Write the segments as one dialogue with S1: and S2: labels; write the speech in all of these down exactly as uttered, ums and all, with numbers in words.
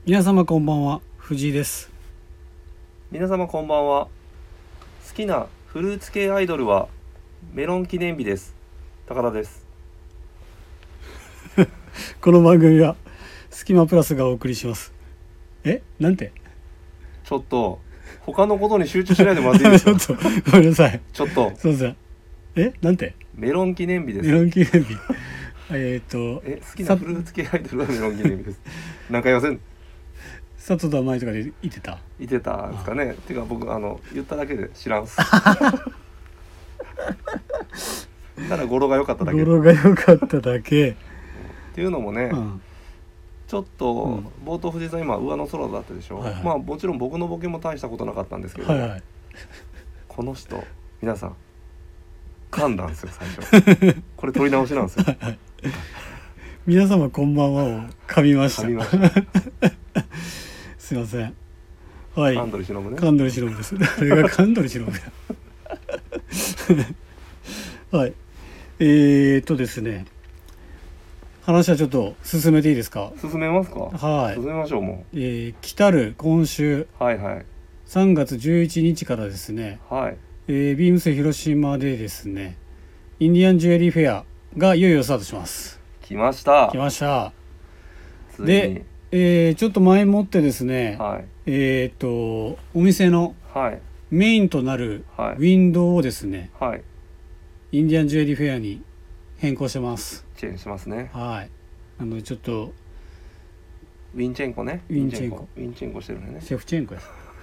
S1: 皆様こんばんは、藤井です。
S2: 皆様こんばんは。好きなフルーツ系アイドルはメロン記念日です。高田です。
S1: この番組はスキマプラスがお送りします。え、なんて
S2: ちょっと他のことに集中しないでもらっていいですか？
S1: ちょっとごめんなさい。
S2: ちょっと
S1: すいません。え、なんて
S2: メロン記念日です。
S1: メロン記念日えっと
S2: え、好きなフルーツ系アイドルはメロン記念日です。なんか言いません？
S1: 佐藤田舞とかで言ってた
S2: 言ってたんですかね。てか僕あの言っただけで知らんす。ただ語呂が良かっただけ。
S1: 語呂が良かっただけ
S2: っていうのもね、
S1: うん、
S2: ちょっと、
S1: うん、
S2: 冒頭藤井さん今上の空だったでしょ、
S1: はいはい、
S2: まあもちろん僕のボケも大したことなかったんですけど、
S1: はいはい、
S2: この人皆さん噛んだんですよ最初。これ取り直しなんですよ。
S1: はいはい、皆様こんばんはを噛みました。
S2: 噛みました
S1: すいません。はい、
S2: カンドリシノブね。
S1: カンドリシノブです。誰がカンドリシノブやはい、えー、っとですね話はちょっと進めていいですか？
S2: 進めますか？
S1: はい、
S2: 進めましょう。も
S1: えー、来たる今週
S2: うはいはい
S1: さんがつじゅういちにちからですね、
S2: はい。
S1: えー、ビームス広島でですねインディアンジュエリーフェアがいよいよスタートします。
S2: 来ました
S1: 来ました。
S2: ついに。
S1: で、えー、ちょっと前もってですね、
S2: はい
S1: えー、っとお店の
S2: はい
S1: メインとなる
S2: はい
S1: ウィンドウをですね、
S2: はい。
S1: インディアンジュエリーフェアに変更してます。
S2: チェーンしますね。
S1: はい。なのでちょっと
S2: ウィンチェンコね。
S1: ウィンチェンコ
S2: ウィンチェンコしてるんだよね。
S1: シェフチェンコや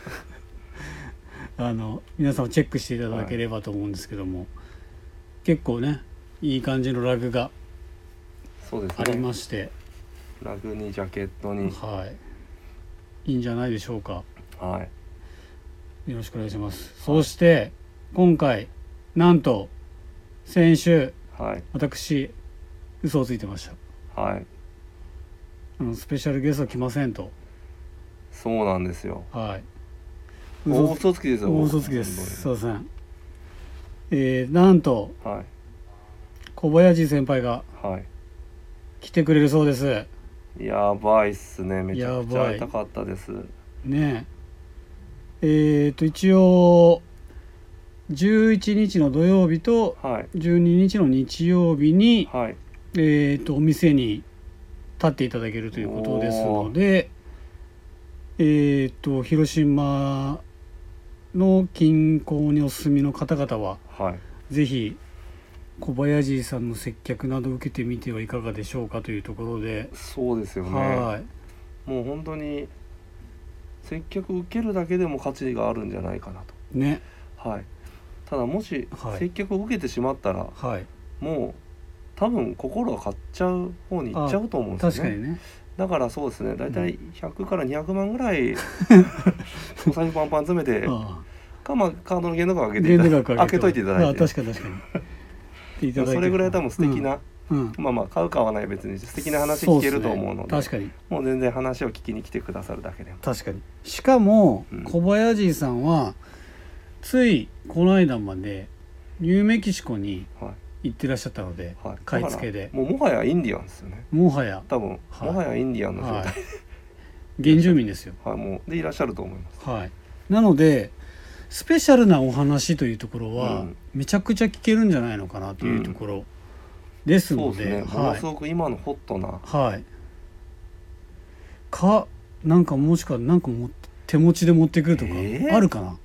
S1: あの皆さんチェックしていただければと思うんですけども、はい、結構ねいい感じのラグが
S2: そうですね。
S1: ありまして、
S2: ラグにジャケットに、
S1: はい、いいんじゃないでしょうか。
S2: はい。
S1: よろしくお願いします。はい、そして今回なんと先週、はい、私嘘をついてました。はい。あのスペシャルゲスト来ませんと。
S2: そうなんですよ。
S1: はい。
S2: 大嘘つきですよ。
S1: 大嘘つきです。すいません。えー、なんと、はい、小林先輩が来てくれるそうです。はい、
S2: やばいっすね。めちゃくちゃ会いたかったです。
S1: ねえ。えーと一応じゅういちにちの土曜日とじゅうににちの日曜日に、はい、えーとお店に立っていただけるということですので、えーと広島の近郊にお住みの方々は、はい、ぜひ小林さんの接客など受けてみてはいかがでしょうかというところで。
S2: そうですよね。はい、もう本当に接客受けるだけでも価値があるんじゃないかなとね。はい。ただもし接客を受けてしまったら、はい、もう多分心が買っちゃう方に行っちゃうと思うんですよね。確かにね。だからそうですね、だいたいひゃくからにひゃくまんぐらいお財布パンパン詰めてか、まあ、カードの限度額上げていただ開けといていただいて、確かに確かにそれぐらい多分素敵な、うんうん、まあまあ買う買わない別に素敵な話聞けると思うので、確かにもう全然話を聞きに来てくださるだけでも。
S1: 確かに。しかも、うん、小林さんはついこの間までニューメキシコに行ってらっしゃったので、はい、買い付けで
S2: もうもはやインディアンですよね。
S1: もはや
S2: 多分、はい、もはやインディアンの状態、はい、
S1: 原住民ですよ。
S2: はい、もうでいらっしゃると思います。
S1: はい。なのでスペシャルなお話というところは、うん、めちゃくちゃ聞けるんじゃないのかなというところですので、うん、そうですね、
S2: ものすごく今のホットな、
S1: はい、かなんかもしくはなんかも手持ちで持ってくるとかあるかな、えー、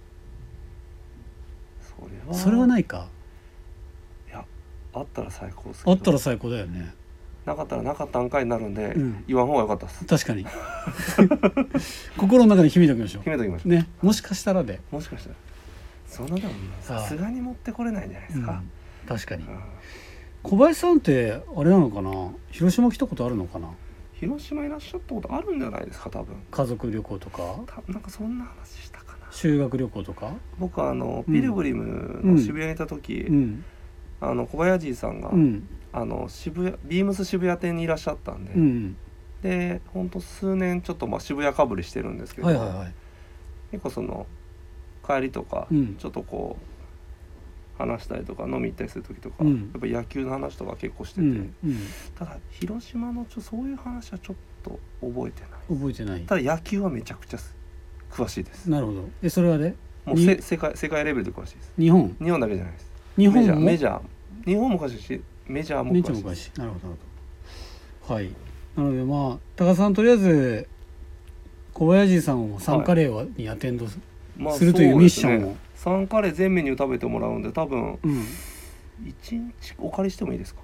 S1: それはそれはないか。
S2: いや、あったら最高ですけど。
S1: あったら最高だよね。
S2: なかったらなかったんかいになるんで、うん、言わん方が良かったです。
S1: 確かに心の中に秘めておきましょう。
S2: 秘めておきましょう
S1: ね。もしかしたらで
S2: もしかしたらそのでもさすがに持ってこれないんじゃないですか、
S1: うん、確かに、うん、小林さんってあれなのかな、広島来たことあるのかな。
S2: 広島いらっしゃったことあるんじゃないですか多分。
S1: 家族旅行とか
S2: なんかそんな話したかな。
S1: 修学旅行とか。
S2: 僕はあの、うん、ピルグリムの渋谷にいた時、うん、あの小林さんが、うん、あの渋谷ビームス渋谷店にいらっしゃったんで、うん、でほんと数年ちょっとまあ渋谷かぶりしてるんですけど、はいはいはい、結構その帰りとか、うん、ちょっとこう話したりとか飲み行ったりする時とか、うん、やっぱ野球の話とか結構してて、うんうん、ただ広島のちょそういう話はちょっと覚えてない
S1: 覚えてない。
S2: ただ野球はめちゃくちゃ詳しいです。
S1: なるほど。でそれはね
S2: もうせ世界世界レベルで詳しいです。
S1: 日本
S2: 日本だけじゃないです。
S1: 日本も
S2: メジャー日本も詳しいしメジャーも詳しいです。
S1: なるほどなるほど。はい。なのでまあ高田さんとりあえず小林さんをサンカレーにアテンドするというミッションを、まあね、
S2: サンカレー全メニュー食べてもらうんで多分、うん、いちにちお借りしてもいいですか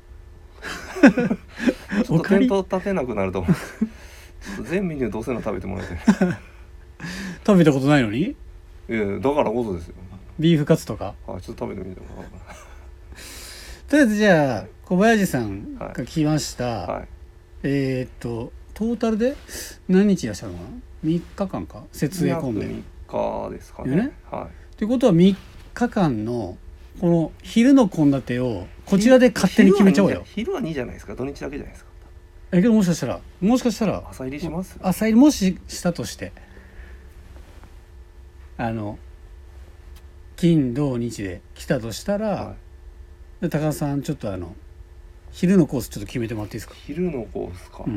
S2: ちょっと店頭立てなくなると思う全メニューどうせの食べてもらいたい
S1: 食べたことないのに。い
S2: やだからこそですよ。
S1: ビーフカツとか
S2: あちょっと食べてみてもらおうかな
S1: とりあえずじゃあ小林さんが来ました、はいはい、えー、っとトータルで何日いらっしゃるのかな。みっかかんか設営込んで
S2: みっかですかね。
S1: ね、はい、ということはみっかかんのこの昼の献立をこちらで勝手に決めちゃおうよ。
S2: 昼はにじゃないですか。土日だけじゃないですか。
S1: えけどもしかしたらもしかしたら
S2: 朝入りします。
S1: 朝入りもししたとしてあの金土日で来たとしたら、はい、高田さんちょっとあの昼のコースちょっと決めてもらっていいですか。
S2: 昼のコースか、うん、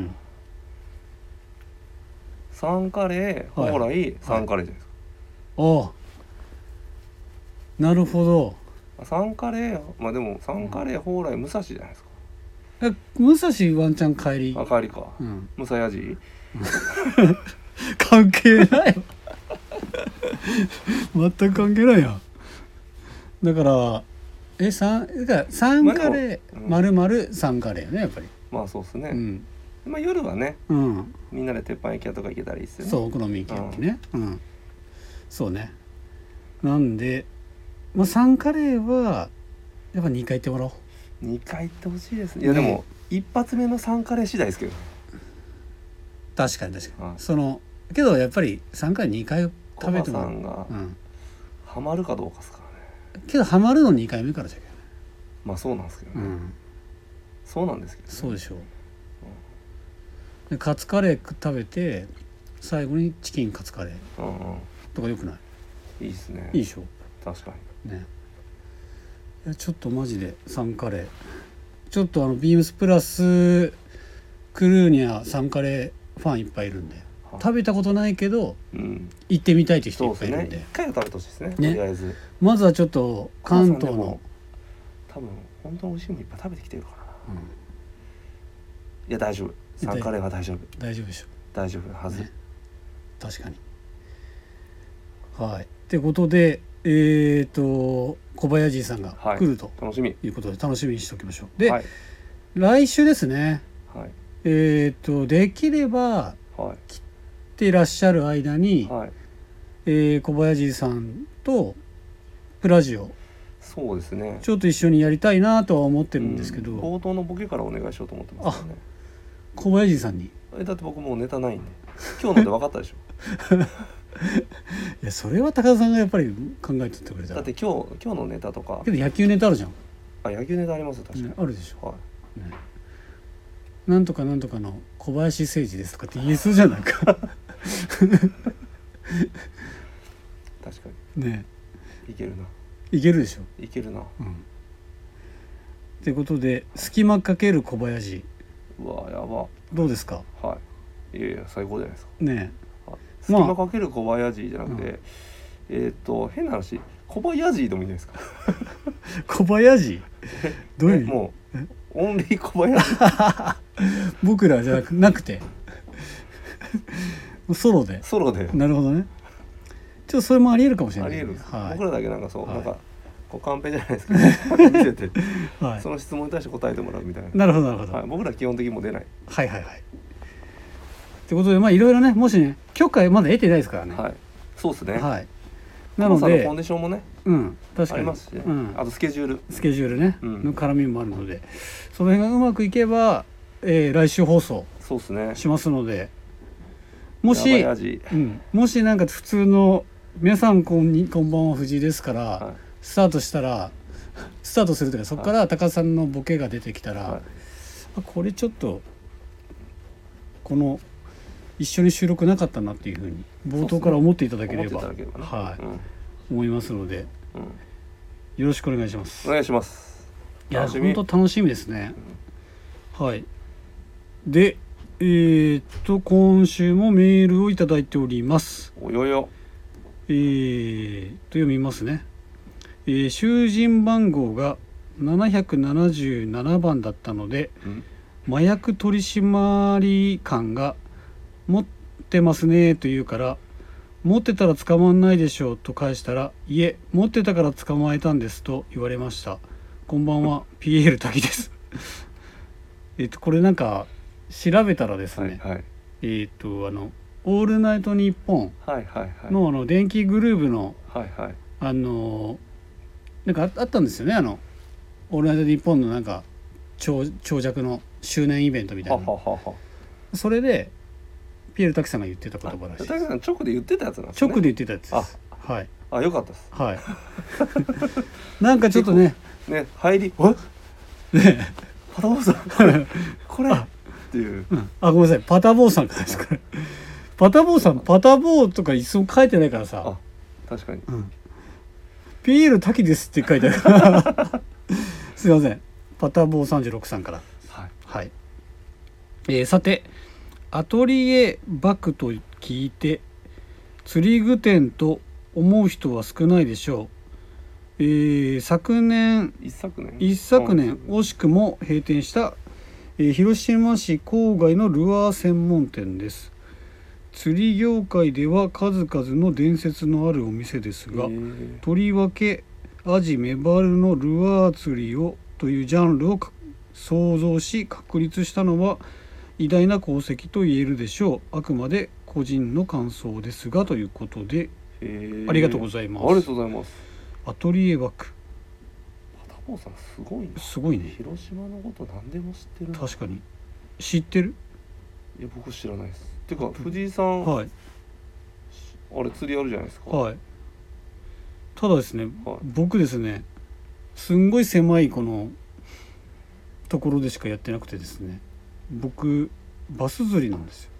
S2: サンカレー蓬莱、はい、サンカレーじゃないですか。
S1: おあなるほど。
S2: サンカレーまあでもサンカレー蓬莱武蔵じゃないですか。
S1: え武蔵ワンチャン帰り。
S2: あ帰りか、うん、武蔵屋寺
S1: 関係ない全く関係ないや。だからえサンだからサンカレーまるまるサンカレーねやっぱり。
S2: まあそうですね、うん、まあ夜はね、うん、みんなで鉄板焼き屋とか行けたらいいですよね。
S1: そうお好み焼き焼きね、うん、うん、そうね。なんで、まあ、サンカレーはやっぱにかい行ってもらおう。
S2: にかい行ってほしいですね。いやでも、ね、一発目のサンカレー次第ですけど。
S1: 確かに確かに、はい、そのけどやっぱりさんかいにかい食べてもらう。コバさんが、
S2: うん、ハマるかどうかですからね。
S1: けどハマるのにかいめからじゃけどね。
S2: まあそうなんですけどね、うん、そうなんですけどね。
S1: そうでしょう、うん、でカツカレー食べて最後にチキンカツカレー、うんうん、とかよくない？
S2: いいですね。
S1: いいでしょ。
S2: 確かに
S1: ね。いやちょっとマジでサンカレーちょっとあのビームスプラスクルーにはサンカレーファンいっぱいいるんで、食べたことないけど、うん、行ってみたいという人いっぱいいるんで、
S2: 一回は食べてほしいですね。とりあえず
S1: まずはちょっと関東の
S2: 多分本当に美味しいものいっぱい食べてきてるからな、うん、いや大丈夫。サンカレーは大丈夫。
S1: 大丈夫でしょ。
S2: 大丈夫なはず、ね、
S1: 確かに。はいってことでえーと小林さんが来ると、はい、楽しみいうことで楽しみにしておきましょう。で、はい、来週ですね、はい、えーとできれば、はい、来ていらっしゃる間に、はい、えー、小林さんとプラジオ
S2: そうですね
S1: ちょっと一緒にやりたいなとは思ってるんですけど、
S2: うん、冒頭のボケからお願いしようと思ってますからね。
S1: 小林さんに
S2: えだって僕もうネタないんで今日ので分かったでしょ
S1: いやそれは高田さんがやっぱり考えてってくれた
S2: だって今日今日のネタとか
S1: けど野球ネタあるじゃん。
S2: あ野球ネタあります確かに、
S1: ね、あるでしょ、はいね、
S2: な
S1: んとかなんとかの小林誠司ですとかって言えそうじゃないか確か
S2: に
S1: ね
S2: いけるな。
S1: いけるでしょ。
S2: いけるな。
S1: うんってことで隙間かける小林
S2: うわやば
S1: どうですか。
S2: はいいやいや最高じゃないですか
S1: ね
S2: え、はい、隙間かける小林じゃなくて、まあうん、えっと変な話小林でもいいんじゃないですか
S1: 小林どういう意味？
S2: もうオンリー小林
S1: 僕らじゃなくてソロで
S2: ソロで
S1: なるほどね。ちょっとそれもありえるかもしれない、
S2: ありえる、はい、僕らだけなんかそう、はい、なんかこうカンペじゃないですけど見せて、はい、その質問に対して答えてもらうみたいな。
S1: なるほどなるほど、
S2: はい、僕ら基本的にも出ない。
S1: はいはいはいってことでまあいろいろねもしね許可まだ得てないですからね。
S2: はいそうですね。
S1: はい
S2: なのでコンディションもね
S1: うん確かに
S2: ありますしね、うん、あとスケジュール
S1: スケジュールね、うん、の絡みもあるのでその辺がうまくいけば、えー、来週放送
S2: そうですね
S1: しますのでもし、うん、もしなんか普通の皆さんこんにこんばんは藤井ですから、はい、スタートしたらスタートするというかそこから高田さんのボケが出てきたら、はい、あこれちょっとこの一緒に収録なかったなっていうふうに冒頭から思っていただければ、ねね、はい、うん、思いますので、うん、よろしくお願いします。
S2: お願いします。
S1: いや本当楽しみですね、うん、はいでえー、っと今週もメールをいただいております。
S2: およよ。
S1: えー、と読みますね。えー、囚人番号がななひゃくななじゅうななばんだったので、麻薬取締官が持ってますねと言うから、持ってたら捕まんないでしょうと返したら、いえ持ってたから捕まえたんですと言われました。こんばんはピエール滝ですえっとこれなんか調べたらですね、はいはい、えっとあのオールナイトニッポン の,、はいはいはい、あの電気グルーヴの、はいはい、あのなんか あ, あったんですよね、あのオールナイトニッポンのなんか 長, 長尺の周年イベントみたいなはははは。それでピエール滝さんが言ってた言葉らしいです。
S2: 滝さん直で言ってたやつなんですね。
S1: 直で言ってたやつです。あ、はい、
S2: あ、よかったです。
S1: はいなんかちょっとね
S2: ね、入りえねパタボーさんこれっていう、
S1: うん、あ、ごめんなさい、パタボーさんからですかパタボーさん、パタボーとか一層書いてないからさ。
S2: あ、確かに、うん、
S1: ピエール滝ですって書いてあるからすいません、パタボーさんじゅうろくさんから。はい、はい。えー、さてアトリエバクと聞いて釣り具店と思う人は少ないでしょう。えー、昨年
S2: 一昨年
S1: 一昨年惜しくも閉店した、えー、広島市郊外のルアー専門店です。釣り業界では数々の伝説のあるお店ですが、とりわけアジメバルのルアー釣りをというジャンルを創造し確立したのは偉大な功績と言えるでしょう。あくまで個人の感想ですがということで、ありがとうございます。
S2: ありがとうございます。
S1: アトリエバック、
S2: パタボーさんすごいね。
S1: すごいね。
S2: 広島のこと何でも知ってる。
S1: 確かに。知ってる？
S2: いや僕知らないです。てか藤井さん、はい、あれ釣りあるじゃないですか。
S1: はい。ただですね、はい、僕ですね、すんごい狭いこのところでしかやってなくてですね、僕バス釣りなんですよ。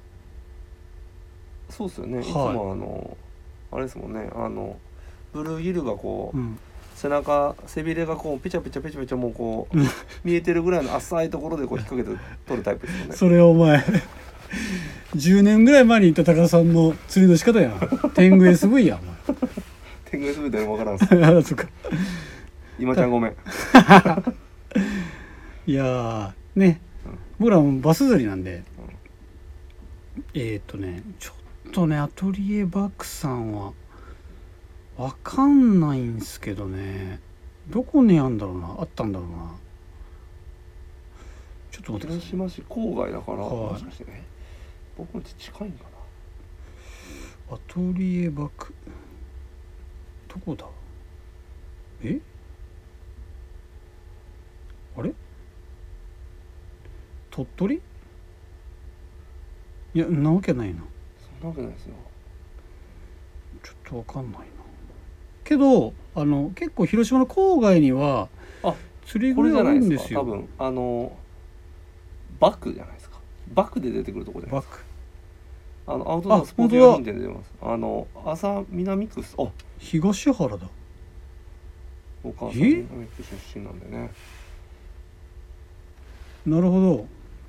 S2: そうですよね、はい、いつもあのあれですもんね、あのブルーギルがこう、うん、背中背びれがこうペチャペチャペチャペチャもうこう見えてるぐらいの浅いところでこう引っ掛けて取るタイプですよね。
S1: それお前じゅうねんぐらい前に言った高田さんの釣りの仕方やん。天狗 エスブイ やん。
S2: 天狗 エスブイ って分からんっす。今ちゃんごめん
S1: いやね、うん、僕らもバス釣りなんで、うん、えーっとねちょっとねアトリエバックさんはわかんないんすけどね、どこにあんだろうな、あったんだろうな。ちょっと待ってください。
S2: 広島市郊外だから、はい、もしかしてね、僕の家近いんか
S1: な。アトリエバックどこだ、えあれ鳥取？いや、んなわけないな。
S2: そんなわけないですよ。
S1: ちょっとわかんないな。けどあの結構広島の郊外には釣り具があるんですよ。
S2: 多分あのバックじゃないですか。バックで出てくるところじゃないですか。あのアウトドアスポーツ用品店で出ます。あの朝南区、あ、
S1: 東原だ。
S2: お母さん南区出身なんでね。
S1: なるほど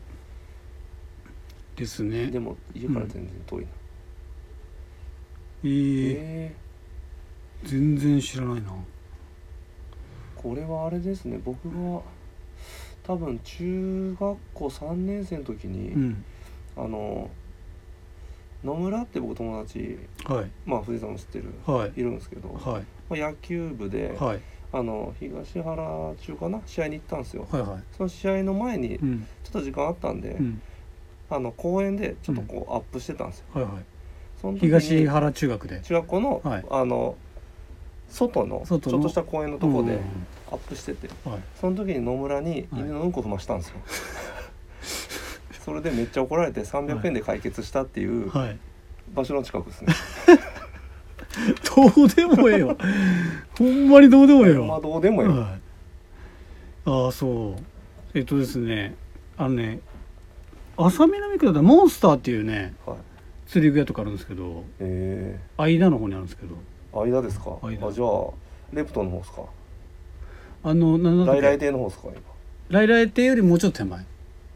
S1: ですね。
S2: でも家から全然遠いな。
S1: うん、えー、えー、全然知らないな。
S2: これはあれですね、僕が多分中学校さんねん生の時に、うん、あの野村って僕友達、はい、まあ藤井さんも知ってる、はい、いるんですけど、はい、まあ、野球部で、はい、あの東原中かな試合に行ったんですよ、はいはい、その試合の前にちょっと時間あったんで、うん、あの公園でちょっとこうアップしてたんですよ、はいはい、
S1: その時に東原中学で
S2: 中学校の、はい、あの外のちょっとした公園のとこでアップしてて、うん、はい、その時に野村に犬のうんこ踏ましたんですよ、はい、それでめっちゃ怒られてさんびゃくえんで解決したっていう場所の近くですね、
S1: はい、どうでもええわほんまにどうでもええわ、
S2: まあどうでもええわ、はい、
S1: ああそうえっとですねあのね浅南区だったらモンスターっていうね、はい、釣り具屋とかあるんですけど、えー、間の方にあるんですけど、
S2: 間ですか。あ、じゃあレプトの方ですか。
S1: あのなんだっけ、
S2: 来来亭の方ですか。今
S1: 来来亭よりもうちょっと手前。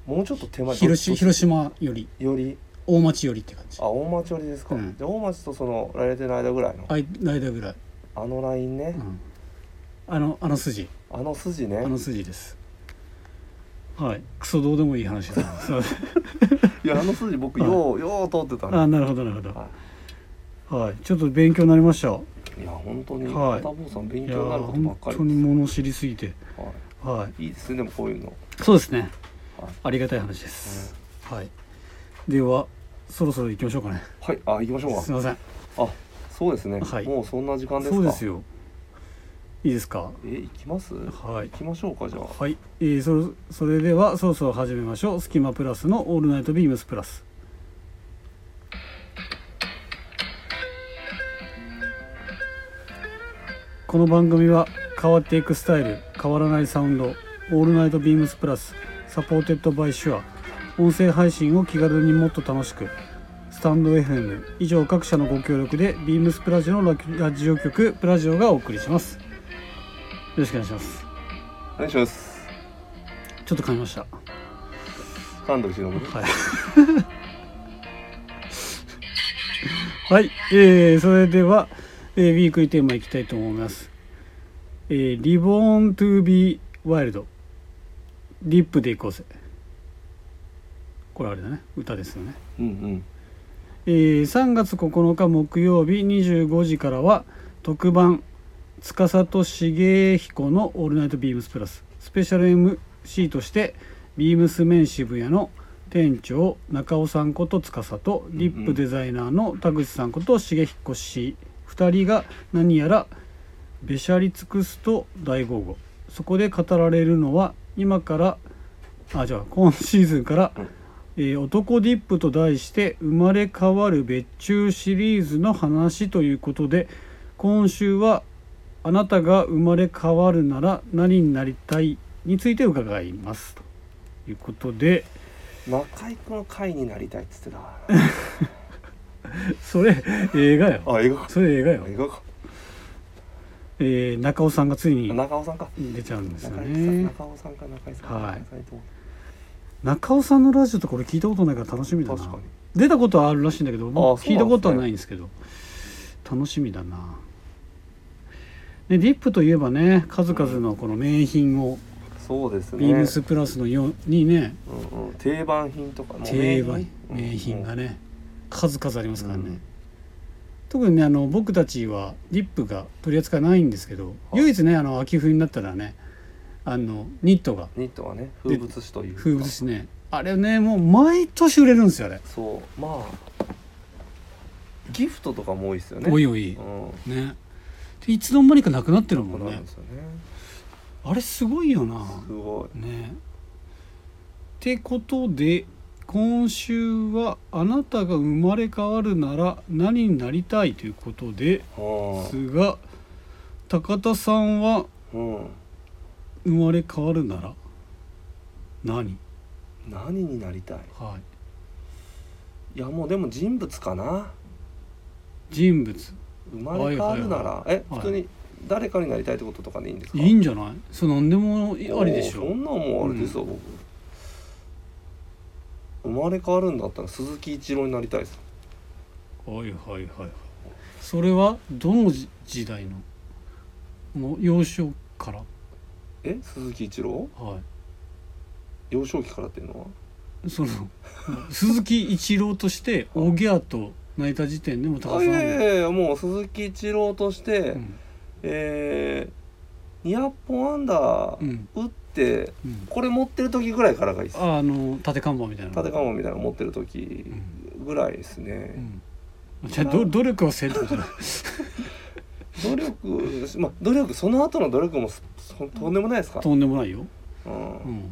S2: もうちょっと手前
S1: 広し広島より
S2: より
S1: 大町よりって感じ。
S2: あ、大町よりですか、うん、で大町とそのライテの間ぐらいの
S1: 間ぐらい、
S2: あのラインね、
S1: うん、あのあの筋
S2: あの筋ね、
S1: あの筋です。はい、クソどうでもいい話だ
S2: いや、あの筋僕よう、はい、よう通ってたね。
S1: あ、なるほどなるほど、はい、はい、ちょっと勉強になりました。
S2: いや本当に片坊さん勉強になることばっかり。
S1: 本当に物知りすぎて、
S2: はい、はい、いいですね。でもこういうの
S1: そうですね、はい、ありがたい話です、うん、はい。ではそろそろ行きましょうかね。
S2: はい、あ、行きましょうか。
S1: すいません。
S2: あ、そうですね、はい、もうそんな時間ですか。
S1: そうですよ。いいですか。
S2: え、行きます。
S1: はい、
S2: 行きましょうか。じゃあ、
S1: はい、えー、そ, それではそろそろ始めましょう。スキマプラスのオールナイトビームスプラス。この番組は変わっていくスタイル、変わらないサウンド、オールナイトビームスプラス、サポーテッドバイシュア、音声配信を気軽にもっと楽しく、スタンド エフエム 以上各社のご協力でビームスプラジオのラジオ局プラジオがお送りします。よろしくお願いします。
S2: お願いします。
S1: ちょっと噛みました。
S2: 噛んでほしいの。はい
S1: はい、えー、それでは、えー、ウィークリーテーマいきたいと思います。えー、リボーントゥービーワイルド、リップでいこうぜ。これあれだね、歌ですよね。
S2: うんうん。
S1: えー、さんがつここのか木曜日にじゅうごじからは特番司と重彦のオールナイトビームスプラス、スペシャル エムシー としてビームスメン渋谷の店長中尾さんこと司とリップデザイナーの田口さんこと重彦氏ふたりが何やらべしゃり尽くすと大豪語。そこで語られるのは今からあじゃあ今シーズンから、えー、男ディップと題して生まれ変わる別注シリーズの話ということで、今週はあなたが生まれ変わるなら何になりたいについて伺いますということで、
S2: 中居君の会になりたいっつってた
S1: それ映画よ。
S2: あ、映画か。
S1: それ映画よ。
S2: 映画か。
S1: えー、中尾さんがついに
S2: 中尾さんか
S1: 出ちゃうんですよね。
S2: 中尾さんか中井さん、
S1: はい、中尾さんのラジオってこれ聞いたことないから楽しみだな。確かに出たことはあるらしいんだけど僕聞いたことはないんですけど、楽しみだな。でディップといえばね、数々のこの名品を、うん、
S2: そうですね、
S1: ビームスプラスのよにね、
S2: うんうん、定番品とか
S1: 定番名品がね、うん、数々ありますからね、うん、特にねあの僕たちはディップが取り扱いないんですけど、唯一ねあの秋冬になったらねあのニットが
S2: ニットはね風物詩というか
S1: 風物詩ね、あれねもう毎年売れるんですよあれ。
S2: そうまあギフトとかも多いですよね。
S1: おいおい、うん、ねでいつの間にかなくなってるもんね。
S2: なくなるんですよね。
S1: あれすごいよな。
S2: すごい
S1: ね。ってことで今週はあなたが生まれ変わるなら何になりたいということですが、高田さんは生まれ変わるなら何
S2: 何になりたい。
S1: はい。
S2: いやもうでも人物かな。
S1: 人物。
S2: 生まれ変わるなら、はいはいはい、え普通に誰かになりたいってこととかでいいんですか。
S1: いいんじゃない。そう何でもありでしょ。
S2: そんなんもうあれですよ、うん、僕生まれ変わるんだったら鈴木一郎になりたいです。
S1: はいはいはいはい。それはどの時代のもう幼少から
S2: え鈴木一郎、
S1: はい、
S2: 幼少期からっていうのは
S1: その鈴木一郎としておぎゃーと泣いた時点でも高さん、い
S2: やいやもう鈴木一郎として、うん、えー、にひゃっぽんアンダー打って、うん、これ持ってる時ぐらいからがいいです。
S1: あ、あの縦看板みたいな
S2: 縦看板みたいなの持ってる時ぐらいですね、
S1: うん、じゃあど努力はせんってことだ
S2: 努力、まあ努力その後の努力もとんでもないですか。
S1: とんでもないよ、
S2: うんうん、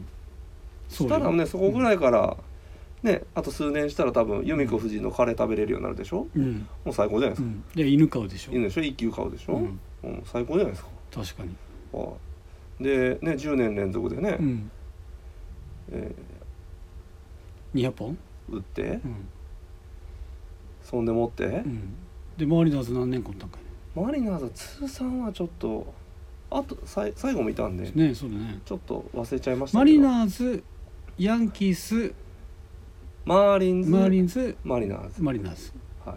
S2: そしたらねそこぐらいから、うんね、あと数年したら多分由美子夫人のカレー食べれるようになるでしょ、うん、もう最高じゃないですか、うん、
S1: で犬飼うでしょ。
S2: 犬でしょ、一級飼うでしょ、うんうん、最高じゃないですか。
S1: 確かに。
S2: あでねじゅうねん連続でね、うんえ
S1: ー、にひゃっぽん
S2: 打って、うん、そんでもって、うん、
S1: でマリナーズ何年間おったんかいね。
S2: マリナーズ通算はちょっとあとさい最後見たんで、
S1: ね、そうだね、
S2: ちょっと忘れちゃいましたけど
S1: マリナーズヤンキース、
S2: マーリンズ、
S1: マーリンズ、
S2: マリナーズ、
S1: マリナーズ、
S2: はい、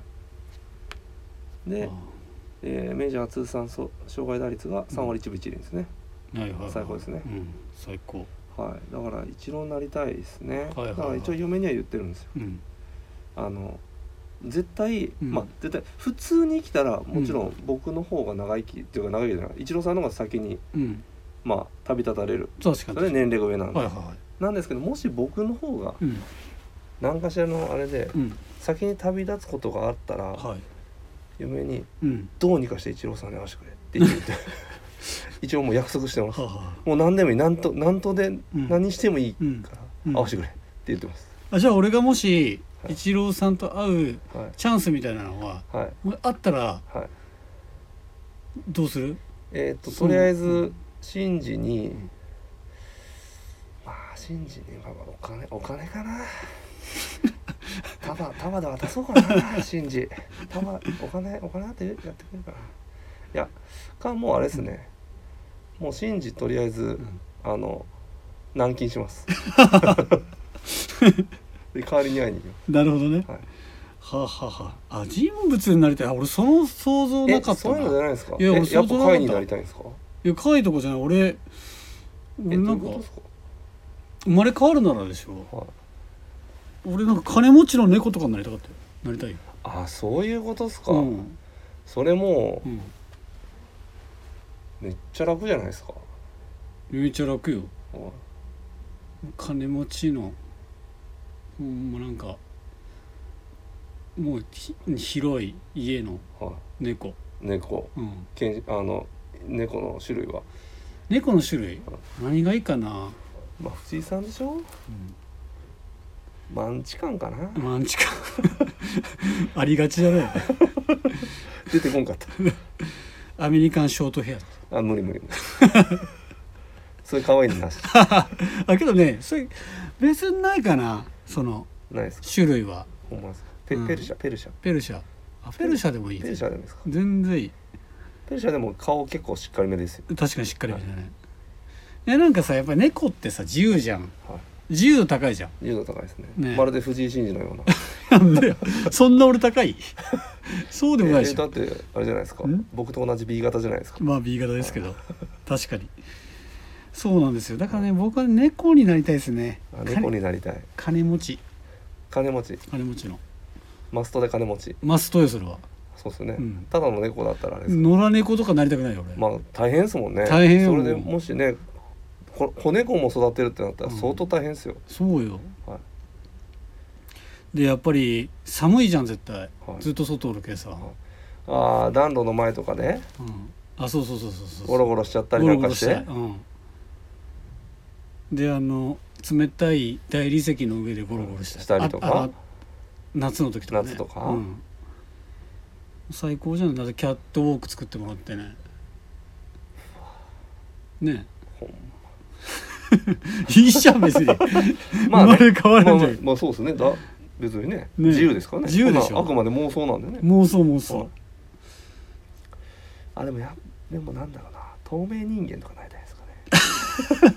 S2: で、えー、メジャー通算障害打率がさんわりいちぶいちりんですね、
S1: うん、はいはいはい、
S2: 最高ですね、
S1: うん、最高、
S2: はい、だからイチローになりたいですね、はいはいはい、だから一応嫁には言ってるんですよ、うん、あの絶対、うん、まあ絶対普通に生きたらもちろん僕の方が長生き、うん、っていうか長生きじゃないイチローさんの方が先に、うん、まあ旅立たれる、
S1: 確かに
S2: それ年齢が上なんで、
S1: はいはいはい、
S2: なんですけどもし僕の方が何かしらのあれで先に旅立つことがあったら、はい、嫁にどうにかしてイチローさんに会わせてくれって言って一応もう約束してます、はあ、もう何でもいい、何と何とで何してもいいから会わせてくれって言ってます、
S1: あ、じゃあ俺がもしイチローさんと会うチャンスみたいなのは、はい、あったらどうする？
S2: えっととりあえずシンジに、まあシンジにお金お金かな束束で渡そうかなシンジ束お金お金あってやってくれるかな、いやかもうあれですね、もうシンジとりあえず、うん、あの軟禁しますで代わりに会いに行きます。
S1: なるほどね、はい、はあ、ははあ、あ、人物になりたい。俺その想像なかったな。
S2: そういうのじゃないですか。
S1: いや俺
S2: 想像なかった。やっぱ会になりたいんですか。
S1: いや会とかじゃない、俺俺なんか生まれ変わるならでしょ、はい、俺なんか金持ちの猫とかになりたかったよ。なりたいよ。
S2: あ、そういうことですか、うん、それも、うん、めっちゃ楽じゃないですか。
S1: めっちゃ楽よ、はい、金持ちのもうなんかもう広い家の猫、はい、
S2: 猫、うん、けんあの猫の種類は
S1: 猫の種類、うん、何がいいかな。
S2: まあ藤井さんでしょ、うん、マンチカンかな。
S1: マンチカンありがちだね
S2: 出てこんかった
S1: アメリカンショートヘ
S2: ア。あ、無理無理それ可愛いのなし
S1: あ、けどね、それ別にないかな、その
S2: ないですか
S1: 種類は。
S2: ほんまですか。ペ、うん、ペルシャペルシャ
S1: ペルシャあペルシャでもいい。
S2: ペルシャでもいいですか。
S1: 全然いい。
S2: ペルシャでも顔結構しっかりめですよ。
S1: 確かにしっかりめだね、はい、いやなんかさやっぱり猫ってさ自由じゃん、はい、自由度高いじゃん。
S2: 自由度高いですね、ね、まるで藤井真嗣のよう
S1: ななんでよそんな俺高いそうでもないし、
S2: えー、だってあれじゃないですか、僕と同じ ビー 型じゃないですか。
S1: まあ ビー 型ですけど確かにそうなんですよ。だからね僕は猫になりたいですね。
S2: あ、猫になりたい。
S1: 金持ち
S2: 金持ち
S1: 金持ちの
S2: マストで金持ち。
S1: マストよそれは。
S2: そうですね、うん、ただの猫だったらあれです
S1: か。野良猫とかなりたくないよ俺。ま
S2: あ大変ですもんね。
S1: 大変よ。
S2: それでもしね子猫も育てるってなったら相当大変ですよ、うん、
S1: そうよ、はい、でやっぱり寒いじゃん絶対、はい、ずっと外おるけさ、はい、
S2: ああ暖炉の前とかで、
S1: うん、あそうそうそうそうそう
S2: ゴロゴロしちゃったりなんかして、
S1: うん、であの冷たい大理石の上でゴロゴロした、
S2: うん、したりとか、
S1: 夏の時とかね。
S2: 夏とか、
S1: うん、最高じゃん。だってキャットウォーク作ってもらってねね
S2: ほんま
S1: いいじゃん別にまあ、ね、生まれ変わるんじゃん、まあ、
S2: まあそうですね。だ別に ね, ね自由ですからね。
S1: 自由でしょ。
S2: あくまで妄想なんでね。
S1: 妄想妄想。
S2: あでもやでもなんだろうな、透明人間とかなりたいですかね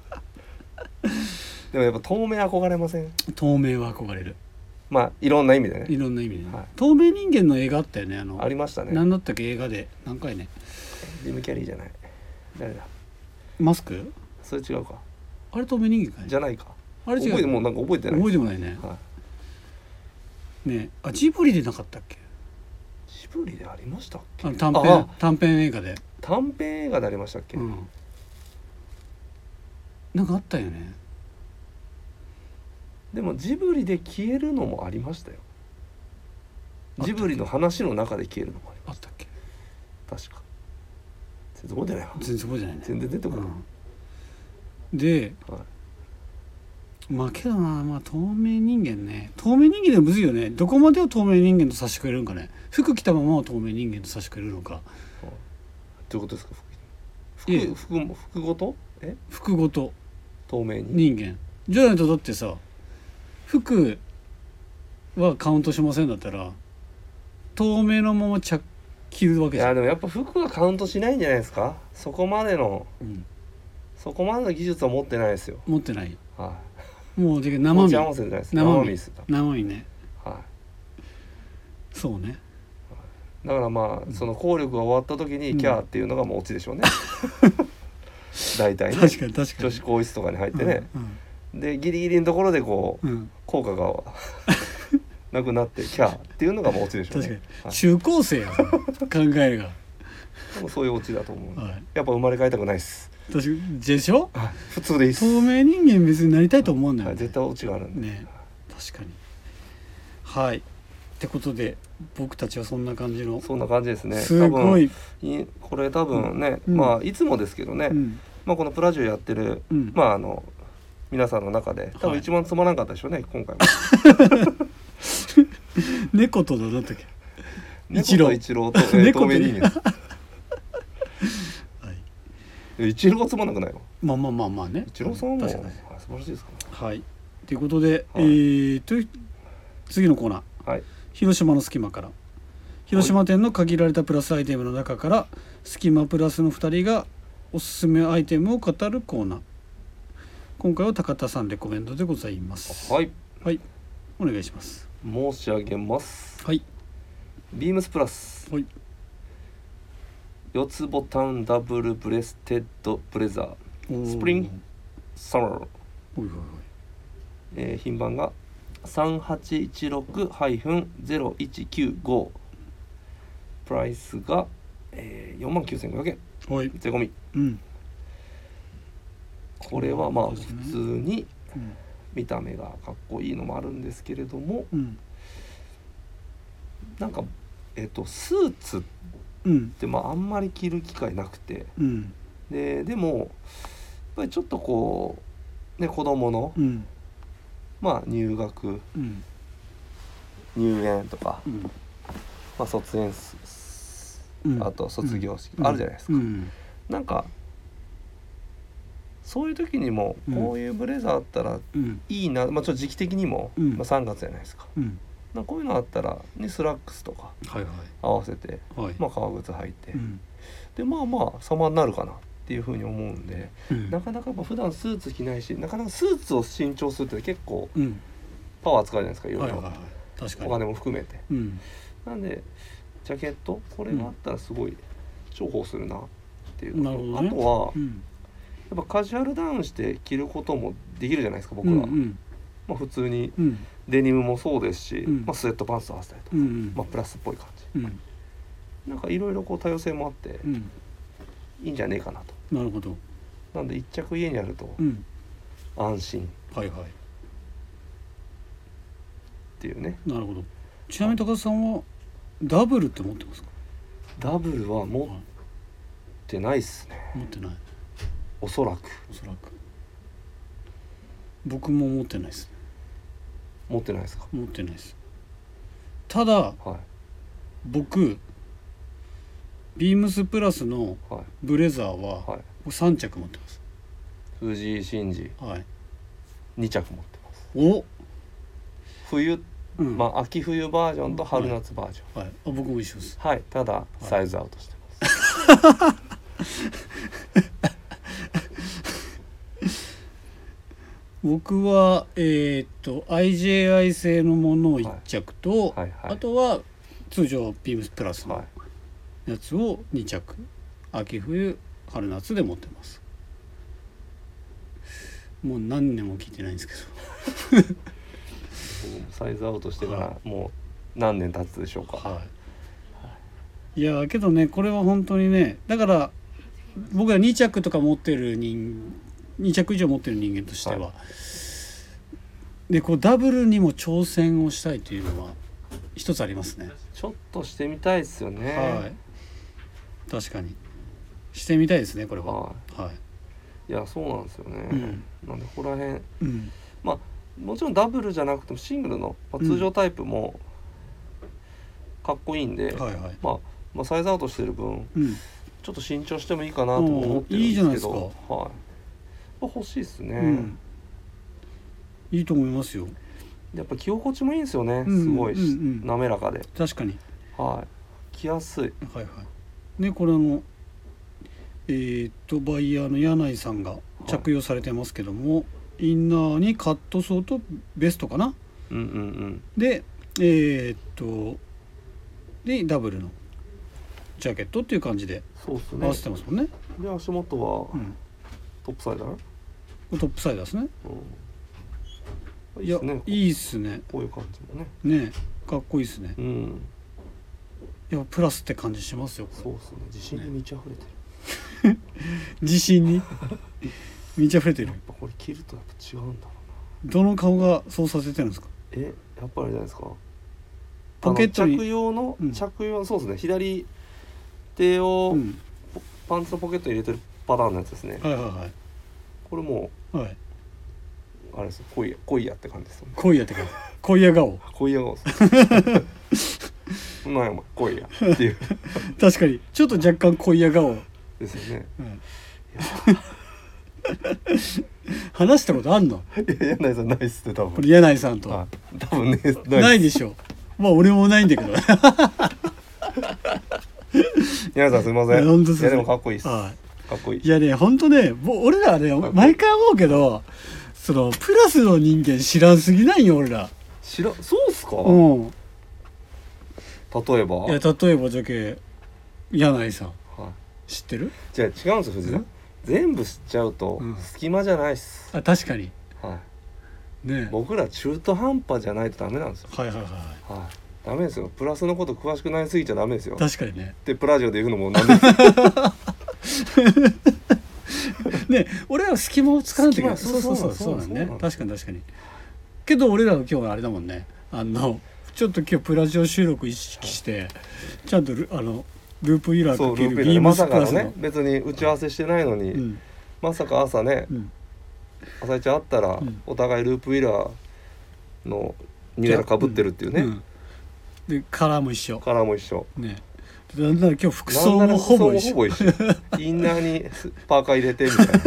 S2: でもやっぱ透明憧れません？
S1: 透明は憧れる。
S2: まあいろんな意味でね。
S1: いろんな意味で、ね、はい、透明人間の映画あったよね。あの
S2: ありましたね。
S1: 何だったっけ映画で何回ね。
S2: ジム・キャリーじゃない。誰だ。
S1: マスク？
S2: それ違うか。
S1: あれ透明人間かい？
S2: じゃないか。
S1: あれ違う。
S2: 覚えてもうなんか覚えてない。
S1: 覚えてもないね。はい、ねあジブリでなかったっけ？
S2: ジブリでありましたっけ？
S1: あの短編短編映画で。
S2: 短編映画でありましたっけ？うん、
S1: なんかあったよね。
S2: でもジブリで消えるのもありましたよ。ジブリの話の中で消えるのもありました。
S1: あったっけ？
S2: 確か。全然覚えてないわ。
S1: 全然覚えてないね。
S2: 全然出てこない。
S1: うん、で、はい、まあけどな、まあ透明人間ね。透明人間でもむずいよね。どこまでを透明人間とさせてくれるんかね。服着たままを透明人間とさせてくれるのか。
S2: どういうことですか？服服服服ごと？え？
S1: 服ごと
S2: 透明に
S1: 人間じゃないとだってさ。服はカウントしませんだったら透明のまま着着るわけじゃん。
S2: いやでもやっぱ服はカウントしないんじゃないですか。そこまでの、うん、そこまでの技術は持ってないですよ。
S1: 持ってない、
S2: は
S1: もうじゃ生身
S2: 合わせじゃないです。
S1: 生
S2: 身です。
S1: 生身ね。
S2: はい。
S1: そうね。
S2: だからまあその効力が終わった時にキャーっていうのがもうオチでしょうね。大体ね。
S1: 確かに確かに。
S2: 女子更衣室とかに入ってね。
S1: うんうん、
S2: でギリギリのところでこう、うん、効果がなくなってキャーっていうのがもうオチでしょうね。
S1: 確かに、はい、中高生や考えるが。
S2: でもそういうオチだと思う、はい。やっぱ生まれ変えたくないです。
S1: 確かでしょ、
S2: はい、普通でいいです。
S1: 透明人間別になりたいと思うんだよね、
S2: はい、絶対オチがあるんで、
S1: ね、確かに。はいってことで僕たちはそんな感じの
S2: そんな感じですね。
S1: すごい
S2: これ多分ね、うん、まあいつもですけどね、うん、まあこのプラジオやってる、うん、まああの皆さんの中で多分一番つまらんかったでしょうね、はい、今回も。
S1: 猫とだったっけ？
S2: 一郎一郎と、えー、透明人間。一郎はつまんなくないの？
S1: まあまあまあまあね。
S2: 一郎さんも素晴らしいですかね。
S1: はい。ということで、はい、えー、と次のコーナー、はい、広島の隙間から。広島店の限られたプラスアイテムの中から隙間プラスのふたりがおすすめアイテムを語るコーナー。今回は高田さんレコメンドでございます。
S2: はい。
S1: はい。お願いします。
S2: 申し上げます。
S1: はい。
S2: ビームスプラス。
S1: はい。
S2: 四つボタンダブルブレステッドブレザースプリングサマー、えー、品番が さんはちいちろく ゼロいちきゅうご プライスが、えー、よんまんきゅうせんごひゃくえん、はい、税込み、うん、これはまあ普通に見た目がかっこいいのもあるんですけれども、うん、なんかえっ、ー、とスーツでまああんまり着る機会なくて、うん、ででもやっぱりちょっとこうね子供の、うん、まあ入学、うん、入園とか、うん、まあ卒園、うん、あと卒業式、うん、あるじゃないですか、うん、なんかそういう時にもこういうブレザーあったらいいな、まあちょっと時期的にも、まあ、さんがつじゃないですか、うんこういうのあったら、ね、スラックスとか合わせて、はいはい、まあ、革靴履いて、うん、でまあまあ様になるかなっていうふうに思うんで、うん、なかなかやっぱ普段スーツ着ないしなかなかスーツを新調するって結構パワー使うじゃないですか、いろいろ、はいはいはい、確かにお金も含めて、うん、なんでジャケットこれがあったらすごい重宝するなっていうのと、うん、あとは、うん、やっぱカジュアルダウンして着ることもできるじゃないですか僕は、うんうんまあ、普通にデニムもそうですし、うんまあ、スウェットパンツ合わせたりとか、うんうんまあ、プラスっぽい感じ、うん、なんかいろいろこう多様性もあって、うん、いいんじゃねえかなと。
S1: なるほど。
S2: なんで一着家にあると安心、うん、はいはいっていうね。
S1: なるほど。ちなみに高田さんはダブルって持ってますか？
S2: ダブルは持ってないっすね。
S1: 持ってない。
S2: おそらく
S1: おそらく僕も持ってないです。
S2: 持ってないですか？
S1: 持ってないです。ただ、はい、僕ビームスプラスのブレザーは、はい、さんちゃく持ってます。
S2: 藤井真二、はい、にちゃく持ってます。
S1: お
S2: 冬、うん、まあ秋冬バージョンと春夏バージョン、
S1: はいはい、あ僕も一緒です。
S2: はい、ただサイズアウトしてます。
S1: 僕はえー、っと アイジェーアイ 製のものをいっちゃくと、はいはいはい、あとは通常ビームスプラスのやつをにちゃく、秋冬春夏で持ってます。もう何年も聞いてないんですけど
S2: サイズアウトしてからもう何年経つでしょうか。はい、
S1: いやけどねこれは本当にねだから僕はにちゃくとか持ってる人にちゃく以上持ってる人間としては、はい、でこうダブルにも挑戦をしたいというのは一つありますね。
S2: ちょっとしてみたいですよね。はい、
S1: 確かにしてみたいですねこれは。はい、はい、
S2: いやそうなんですよね、うん、なんでここら辺、うん、まあもちろんダブルじゃなくてもシングルの、まあ、通常タイプもかっこいいんで、うんはいはいまあ、まあサイズアウトしてる分、うん、ちょっと新調してもいいかなと思ってるんですけど、いいじゃないですか。はい欲しいですね、うん、
S1: いいと思いますよ。
S2: やっぱ着心地もいいんですよね、すごい、うんうんうん、滑らかで
S1: 確かに、
S2: はい、着やすい。はい
S1: はいねこれあのえー、っとバイヤーの柳井さんが着用されてますけども、はい、 インナーにカットソーとベストかな、
S2: うんうんうん、
S1: でえー、っとでダブルのジャケットっていう感じで合わせてますもんね。
S2: で足元は、うん、トップサイダー
S1: トップサイダーですね、うん、いやいいっすね、いいっすね、
S2: こういう感じもね
S1: ねかっこいいっすね、うん、いやプラスって感じしますよ。
S2: そうっすね、自信に満ち溢れてる、ね、
S1: 自信に満ち溢れてる。
S2: やっぱこれ着るとやっぱ違うんだろ
S1: うな。どの顔がそうさせてるんですか。
S2: えやっぱりじゃないですか、
S1: ポケットに
S2: 着用の、うん、着用そうですね、左手を、うん、パンツのポケットに入れてるパターンのやつですね。
S1: はいはいはい。
S2: これもう、はい、あれです、恋や恋やって感じです、ね。
S1: 恋やって感じ。恋や顔。
S2: 恋や顔です。なんやお前恋やっていう。
S1: 確かにちょっと若干恋や顔
S2: ですよね。うん、い
S1: や話したことあんの？
S2: いや柳井さんないっすって多分。
S1: これ柳井さんと。
S2: あ多分ね
S1: ない。ないでしょ。まあ俺もないんだけど。
S2: 柳井さんすみません。いやでもかっこいいっす。はい、かっこいい。
S1: いやね本当ね、もう俺らね毎回思うけど、そのプラスの人間知らんすぎないよ俺ら。
S2: 知らそうっすか？
S1: うん。
S2: 例えば？
S1: いや例えばじゃけ柳井さん、はい、知ってる？
S2: じゃあ違うんですよ藤田。全部知っちゃうと隙間じゃないっす、
S1: うん、あ確かに、
S2: はいね、僕ら中途半端じゃないとダメなんですよ。
S1: はいはいはい、
S2: はい、ダメですよ。プラスのこと詳しくなりすぎちゃダメですよ。
S1: 確かにね。
S2: でプラジオで言うのもなんで
S1: ね、俺らは隙間を使わないといけない。そうそうそうそうなんね。確かに確かに。けど俺らは今日はあれだもんね、あのちょっと今日プラジオ収録意識して、はい、ちゃんとあのループイラーかけるビームスプラスの、まさかのね、
S2: 別に打ち合わせしてないのに、うん、まさか朝ね、うん、朝一会ったら、うん、お互いループイラーのニューエラかぶってるっていうね、うん、
S1: でカラーも一緒
S2: カラーも一緒
S1: ね。なんなら今日服装もほぼ一緒
S2: インナーにパーカー入れてみたい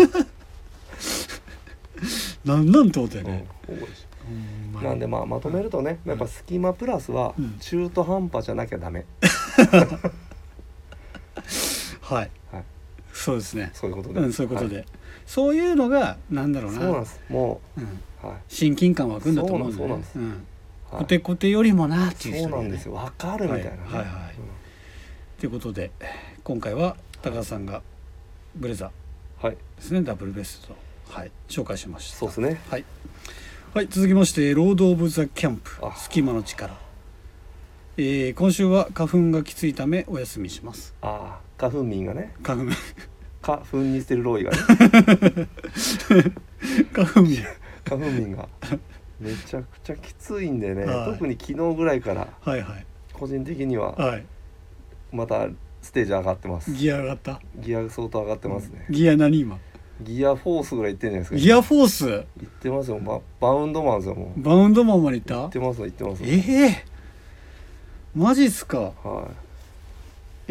S1: ななんなんてことやね、
S2: うん、ほぼ一緒。なんでまあまとめるとね、やっぱ隙間プラスは中途半端じゃなきゃダメ、
S1: はい、はい、そうですね。
S2: そういうことで、
S1: うん、そういうことで、はい、そういうのがなんだろうな、
S2: そうなんです。もう、うん
S1: はい、親近感湧くんだと思うんで、ね、そうなんです、うん、コテコテよりもなっていう人、ね、
S2: そうなんですよ。分かるみたいなね、はいはいはい、うん、
S1: ということで今回は高田さんがブレザーですね、はい、ダブルベスト、はい、紹介しました。
S2: そうですね、
S1: はいはい、続きましてロード・オブ・ザ・キャンプ隙間の力、えー、今週は花粉がきついためお休みします。
S2: ああ花粉民がね、
S1: 花粉
S2: 花粉にしてるロイがね
S1: 花粉民
S2: 花粉民がめちゃくちゃきついんでね、はい、特に昨日ぐらいから個人的にはまたステージ上がってます。
S1: ギア上がった？
S2: ギア相当上がってますね、
S1: うん、ギア何今？
S2: ギアフォースぐらいいってんじゃないですか。
S1: ギアフォース
S2: いってますよ、ま、バウンドマンですよ。もう
S1: バウンドマンまでいった？
S2: いってますいってます。
S1: ええー、マジっすか。
S2: はい。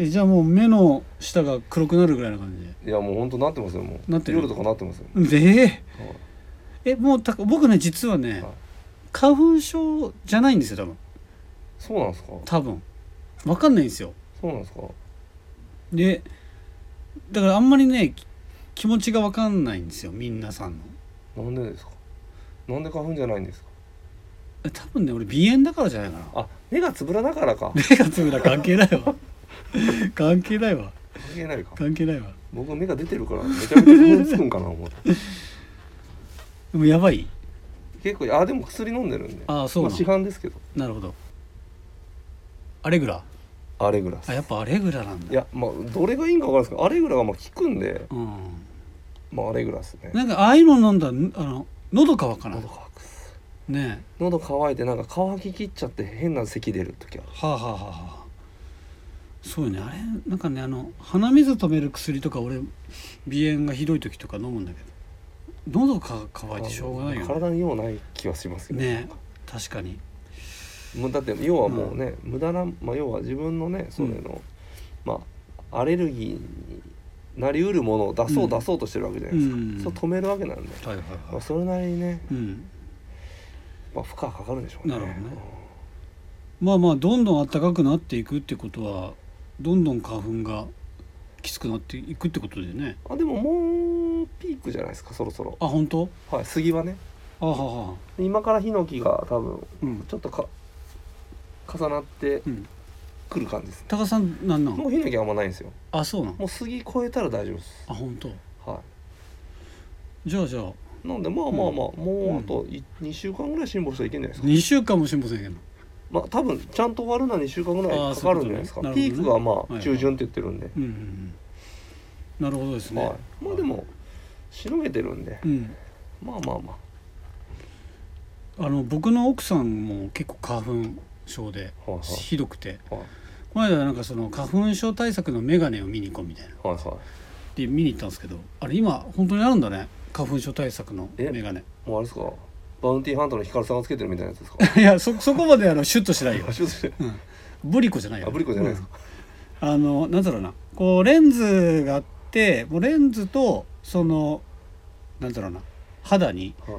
S1: えじゃあもう目の下が黒くなるぐらいな感じ
S2: で。いやもうほんとなってますよ。もう
S1: なってる。
S2: 夜とかなってますよ。
S1: で、えーはい、えもうた僕ね実はね、はい、花粉症じゃないんですよ多分。
S2: そうなんですか。
S1: 多分分かんないんですよ。
S2: そうなんですか。
S1: でだからあんまりね気持ちが分かんないんですよ皆さん
S2: の。なんでですか。なんで花粉じゃないんですか。
S1: 多分ね俺鼻炎だからじゃないかな。
S2: あ目がつぶらだからか。
S1: 目がつぶら関係ないわ関係ないわ
S2: 関係ないか。
S1: 関係ないわ。
S2: 僕目が出てるからめちゃめちゃ花粉つくんかな思って
S1: でもやばい。
S2: 結構あでも薬飲んでるんで。
S1: あそうなの、
S2: まあ、市販ですけど。
S1: なるほど。アレグラ
S2: アレグラ
S1: あやっぱアレグラなんだ。
S2: いやまあどれがいいんか分からないですけどアレグラがまあ効くんで、うん、まあアレグラですね。
S1: なんかああいうの飲んだらあの喉乾かない。
S2: 喉乾くっす
S1: ね。
S2: 喉乾いてなんか乾ききっちゃって変な咳出る時ある。
S1: はあはあはあ。そうよね。あれなんかねあの鼻水止める薬とか俺鼻炎がひどい時とか飲むんだけど喉が乾いてしょうがないよね。
S2: 体に用ない気はしますけど
S1: ね。確かに。
S2: もうだって要はもうね、うん、無駄な、まあ、要は自分のねそれの、うん、まあアレルギーになりうるものを出そう、うん、出そうとしてるわけじゃないですか、うん、そう止めるわけなんで、はいはいはいまあ、それなりにね、うんまあ、負荷かかるんでしょうね。
S1: なるほどね、うん、まあまあどんどん暖かくなっていくってことはどんどん花粉がきつくなっていくってことでね。
S2: あでももうピークじゃないですかそろそろ。
S1: あ本当？
S2: はい、杉はね。
S1: あはは
S2: 今からヒノキが多分、
S1: うん、
S2: ちょっとか重なってくる感じです、ね、
S1: 高さんなんなん？
S2: もうヒノキはあんまないんですよ。
S1: あそうなん？
S2: もう杉越えたら大丈夫です。
S1: あ本当？
S2: はい。
S1: じゃあじゃあ
S2: なんでまあまあまあ、うん、もうあとにしゅうかんぐらい辛抱したらいけんじゃないですか。
S1: にしゅうかんも辛抱せんけど、
S2: まあ多分ちゃんと終わるのはにしゅうかんぐらいかかるんじゃないですか。ね、ピークがまあ中旬って言ってるんで、はいはい、うんうん、
S1: なるほどですね、はい、
S2: まあでもしのげてるんで、うん、まあまあま
S1: ああの僕の奥さんも結構花粉症でひどくて、はいはい、この間なんかその花粉症対策のメガネを見に行こうみたいな、はいはい、で見に行ったんですけど、あれ今本当にあるんだね、花粉症対策のメガネ。
S2: もうあれですか、バウンティーハントのヒカルさんがつけてるみたいなやつですか？
S1: いや そ, そこまであのシュッとしないよシュッとして、うん、ブリコじゃないよ。
S2: あブリコじゃないですか、
S1: うん、あのなんだろうな、こうレンズがあって、もうレンズとそのなんだろうな肌に、はい、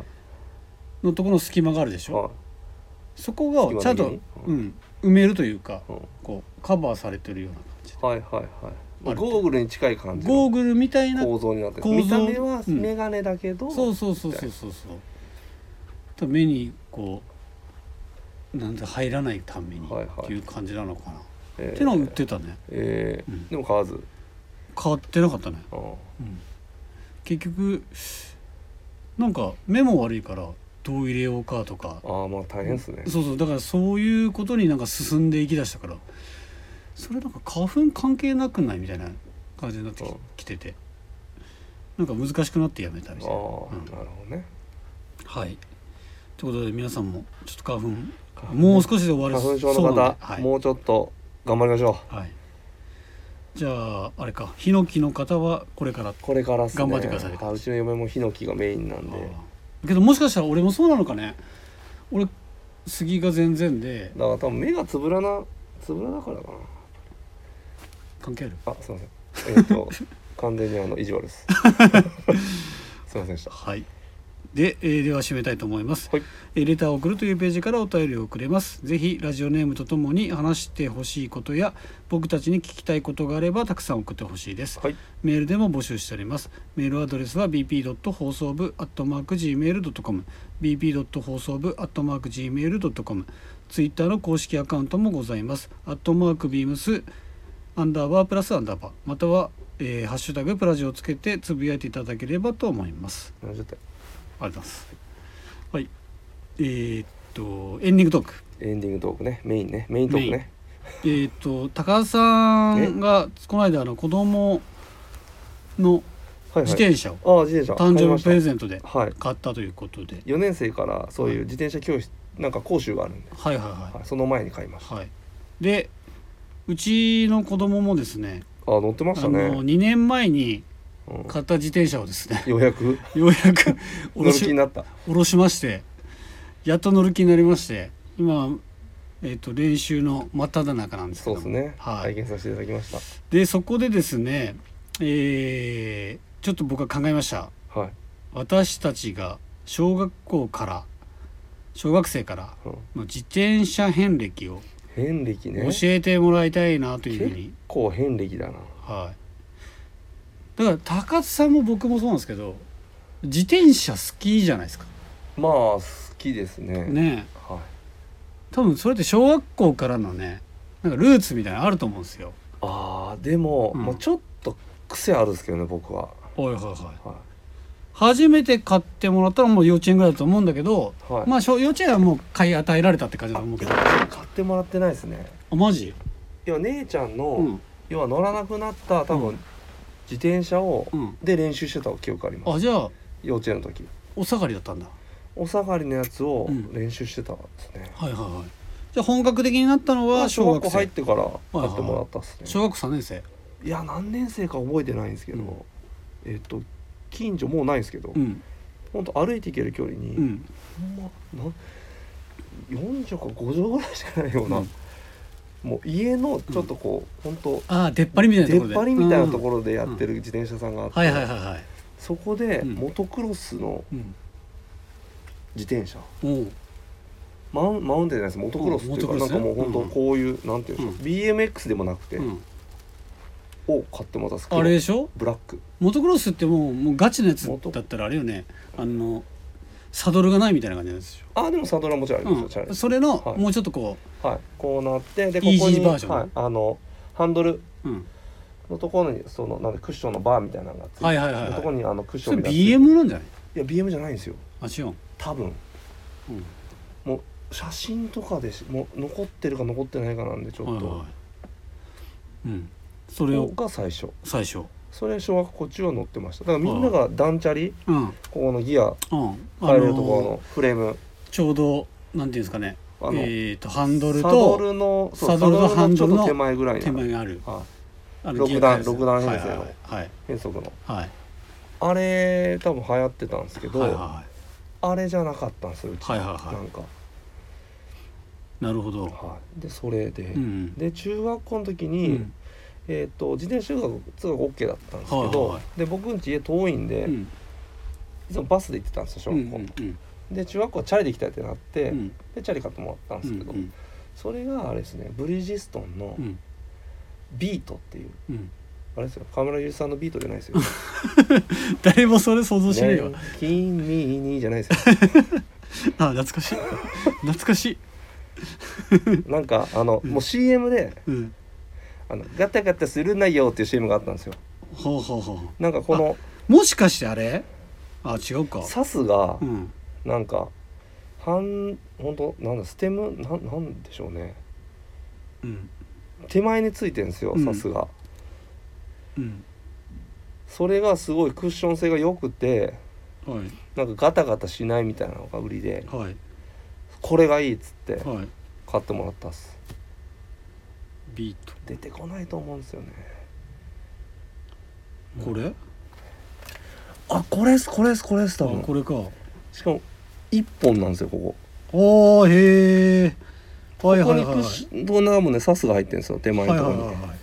S1: のところの隙間があるでしょ、はい、そこがちゃんと、うんうん、埋めるというか、うん、こうカバーされてるような感じで、
S2: はいはいはい、ゴーグルに近い感じ
S1: ゴーグルみたいな
S2: 構造になってる。見た目はメガネだけど、うん、そうそうそうそうそうそう 、
S1: 目にこうなんて入らないためにっていう感じなのかな、はいはい、っていうのを売ってたね、
S2: えーうん、でも買わず
S1: 買ってなかったね、うん、結局なんか目も悪いからどう入れようかとか、
S2: ああまあ大変ですね、
S1: そうそう、だからそういうことになんか進んでいきだしたから、それなんか花粉関係なくないみたいな感じになってきてて、なんか難しくなってやめたみたいな。ああ、うん、なるほどね。はい。ということで皆さんもちょっと花粉もう少しで終わる
S2: 花粉症の方、はい、もうちょっと頑張りましょう。はい。
S1: じゃああれか、ヒノキの方はこれから
S2: これからっすね、
S1: 頑張ってください。
S2: うちの嫁もヒノキがメインなんで。
S1: けどもしかしたら俺もそうなのかね。俺杉が全然で。
S2: だから多分目がつぶらなつぶらだからかな。
S1: 関係ある？
S2: あ、すいません。えっと完全にあの意地悪です。すいませんでした。
S1: はい。で、えー、では締めたいと思います、はい、えー、レターを送るというページからお便りをくれます。ぜひラジオネームとともに話してほしいことや僕たちに聞きたいことがあればたくさん送ってほしいです、はい、メールでも募集しております。メールアドレスは ビーピー 放送部 アットマーク ジーメール ドットコム ビーピー 放送部 アットマーク ジーメール ドットコム、 ツイッターの公式アカウントもございます。アットマークビームスアンダーバープラスアンダーバー、または、えー、ハッシュタグプラジをつけてつぶやいていただければと思います。
S2: ありがとう
S1: ございます。はい、えー、っとエンディングトーク
S2: エンディングトークね、メインね、メイントークね。
S1: えー、っと高橋さんがこの間あの子供の自転車を、はいはい、誕生日プレゼントで買ったということで、はい、
S2: よねん生からそういう自転車教室、はい、なんか講習があるんで、はいはいはいはい、その前に買いました、はい、でうちの子供もですね、 あ乗ってましたね、あの
S1: にねんまえに買った自転車をですね、
S2: うん、ようやく
S1: ようやく
S2: 乗る気になった
S1: 下ろしまして、やっと乗る気になりまして、今、えー、と練習の真っ只中なんですけど、
S2: そうですね、はい、体験させていただきました。
S1: でそこでですね、えー、ちょっと僕は考えました、はい、私たちが小学校から小学生からの自転車遍歴を
S2: 遍歴ね
S1: 教えてもらいたいなというふうに。結
S2: 構遍歴だな、はい、
S1: だから高津さんも僕もそうなんですけど、自転車好きじゃないですか。
S2: まあ好きですね。
S1: ねえ、はい、多分それって小学校からのね、なんかルーツみたいなのあると思うんですよ。
S2: ああでも、うん、もうちょっと癖あるんですけどね僕は。
S1: はいはいはい、はい、初めて買ってもらったらもう幼稚園ぐらいだと思うんだけど、はい、まあ幼稚園はもう買い与えられたって感じだと思うけど。
S2: 買ってもらってないですね。
S1: あマジ？
S2: 要は姉ちゃんの、うん、要は乗らなくなった多分、うん、自転車を、うん、で練習してた記憶あります。
S1: あじゃあ
S2: 幼稚園の時
S1: お下がりだったんだ。
S2: お下がりのやつを練習してたんですね、
S1: うん、はいはいはい。じゃあ本格的になったのは小学生、
S2: 小学校入ってから買ってもらったっすね、はいはい、
S1: 小学さんねん生。
S2: いや何年生か覚えてないんですけど、うん、えっと近所もうないんですけど、うん、ほんと歩いて行ける距離に、うん、ほんまなよんじょうかごじょうぐらいしかないような、うん、もう家のちょっとこう、うん、ほんと
S1: あ出っ張りみたいなところで
S2: 出っ張りみたいなところでやってる自転車さんがあって、
S1: はいはいはいはい、
S2: そこでモトクロスの自転車、うん、マウン、マウンテンじゃないです、モトクロスっていうか、なんかもうほんとこういう、なんていうんですか、うん、ビーエムエックス でもなくて、うん、 を買ってもらった
S1: あれでしょ、
S2: ブラック。
S1: モトクロスってもう、もうガチのやつだったらあれよね、あのサドルがないみたいな感じなんですよ。
S2: あでもサドルはもちろんありますよ、
S1: うん、それの、はい、もうちょっとこ
S2: う、はい、こうなってでここに
S1: イージーバージョン、
S2: はい、あのハンドルのところにそのなんでクッションのバーみたいなのがついて、
S1: はいはいはいはい、
S2: ところにあのクッションみたいな。
S1: それ ビーエム なんじゃない？
S2: いや ビーエム じゃないんですよ。
S1: あ違う。
S2: 多分、うん、もう写真とかでもう残ってるか残ってないかなんでちょっと、はいはいはい、
S1: うん、それを
S2: が最初
S1: 最初
S2: それ小学校中は乗ってました。だからみんなが段チャリ、うん、ここのギア、うん、変えれるところのフレーム、
S1: ちょうどなんていうんですかね、あの、えー、とハンドルと
S2: サドルの
S1: サドルとハンドルの
S2: 手前ぐらいに
S1: 手前がある、
S2: はい、あのろく段ろく段編成の、
S1: はい、
S2: 変速の、
S1: はい、
S2: あれ多分流行ってたんですけど、
S1: はいはいはい、
S2: あれじゃなかったんですようち、
S1: はいはいはい、
S2: なんか
S1: なるほど、
S2: はい、でそれで、うん、で中学校の時に、うん、えー、と自転車通学 OK だったんですけど、はいはいはい、で僕ん家家遠いんで、うん、いつもバスで行ってたんですよ小学校、うんうんうん、で中学校はチャリで行きたいってなって、うん、でチャリ買ってもらったんですけど、うんうん、それがあれですねブリヂストンのビートっていう、うん、あれですよ河村ゆりさんのビートじゃないですよ
S1: 誰もそれ想像しないよ、
S2: ね、君にじゃないですよ
S1: あ懐かしい懐かしい
S2: なんかあの、うん、もう シーエム で、うん、あのガタガタするなよっていう シーエム があったんですよ。
S1: ほうほうほう。
S2: なんかこの
S1: もしかしてあれあ違うか
S2: サスが、うん、なんか半本当なんだステムななんでしょうね、うん、手前についてるんですよ、うん、サスが、うん、それがすごいクッション性が良くて、はい、なんかガタガタしないみたいなのが売りで、はい、これがいいっつって買ってもらったっす。
S1: ビート
S2: 出てこないと思うんですよね。
S1: これ、うん、
S2: あこれですこれですこれです多分。
S1: あこれか。
S2: しかも一本なんですよこ
S1: こ。ああへえ。はいはいはい。
S2: ここにクッションドナーもねサスが入ってるんですよ手前のところに、はいはいはい、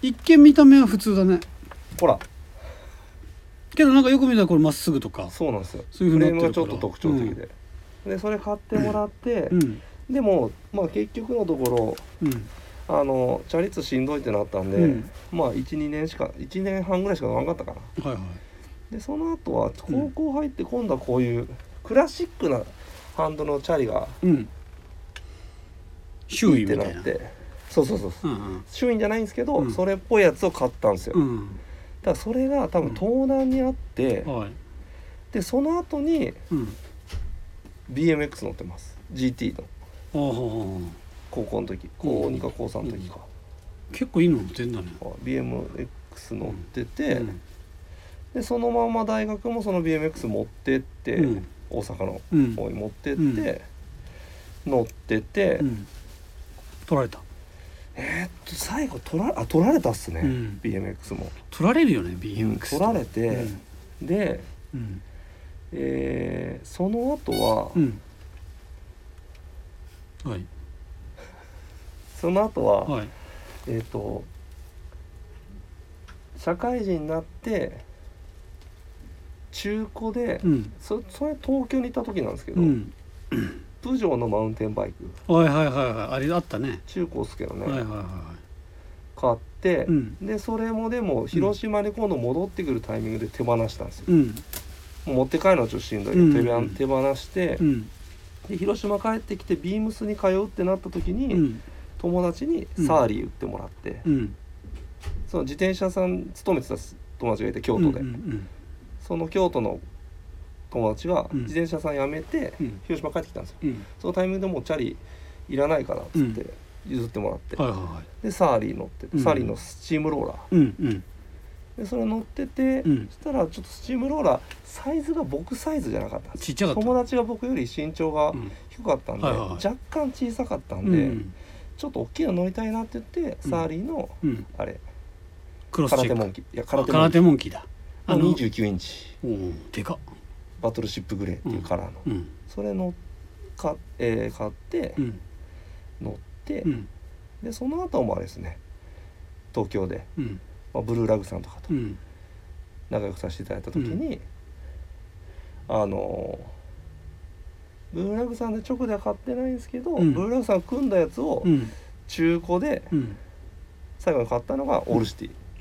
S1: 一見見た目は普通だね。
S2: ほら
S1: けどなんかよく見たらこれまっすぐとか
S2: そうなんですよ。そういうフレームがちょっと特徴的で、うん、でそれ買ってもらって、うん、でもまあ結局のところ、うん、あのチャリツしんどいってなったんで、うん、まあ いちにねんしかいちねんはんぐらいしか乗らなかったかな、はいはい、でその後は高校入って今度はこういうクラシックなハンドのチャリが、うん、
S1: シューインみたいな
S2: ってなってそうそうそう、うんうん、シューインじゃないんですけど、うん、それっぽいやつを買ったんですよ、うん、だからそれが多分盗難にあって、うんはい、でその後に、うん、ビーエムエックス 乗ってます ジーティー の高校の時高にか高さんの時か、
S1: うん、結構いいの乗ってんだね。
S2: ビーエムエックス 乗ってて、うん、でそのまま大学もその ビーエムエックス 持ってって、うん、大阪の方に持ってって、うん、乗ってて、うん、
S1: 取られた。
S2: えー、っと最後取らあ取られたっすね、うん、ビーエムエックス も
S1: 取られるよね ビーエムエックス、
S2: うん、取られて、うん、で、うんえー、その後は、うんはい、その後は、はい、えー、っと社会人になって中古で、うん、そ, それ東京に行った時なんですけど、うんプジョーのマウンテンバイク
S1: はいはいはいはいあれあったね
S2: 中古っすけどね、
S1: はいはいはい、
S2: 買って、うん、でそれもでも広島に今度戻ってくるタイミングで手放したんですよ、うん、もう持って帰るのはちょっとしんどい、うん、手, 手放して、うん、で広島帰ってきてビームスに通うってなった時に、うん、友達にサーリー売ってもらって、うん、その自転車さん勤めてた友達がいて京都で、うんうんうん、その京都の友達が自転車さん辞めて広島帰ってきたんですよ、うん、そのタイミングでもうチャリいらないからっつって譲ってもらって、うんはいはいはい、でサーリー乗ってて、うん、サーリーのスチームローラー、うんうん、でそれ乗ってて、うん、そしたらちょっとスチームローラーサイズが僕サイズじゃなかったんです。
S1: ちっちゃかった。
S2: 友達が僕より身長が低かったんで、うんはいはいはい、若干小さかったんで、うん、ちょっと大きいの乗りたいなって言って、うん、サーリーの、うん、あれ
S1: クロスチェック
S2: 空手モンキーいや
S1: 空手モンキー、空手モンキーだ
S2: あのにじゅうきゅうインチ
S1: でかっ
S2: バトルシップグレーっていうカラーの、うん、それのか、えー、買って、うん、乗って、うん、でその後もあれですね東京で、うんまあ、ブルーラグさんとかと仲良くさせていただいた時に、うん、あのブルーラグさんで直では買ってないんですけど、うん、ブルーラグさん組んだやつを中古で最後に買ったのがオールシティ、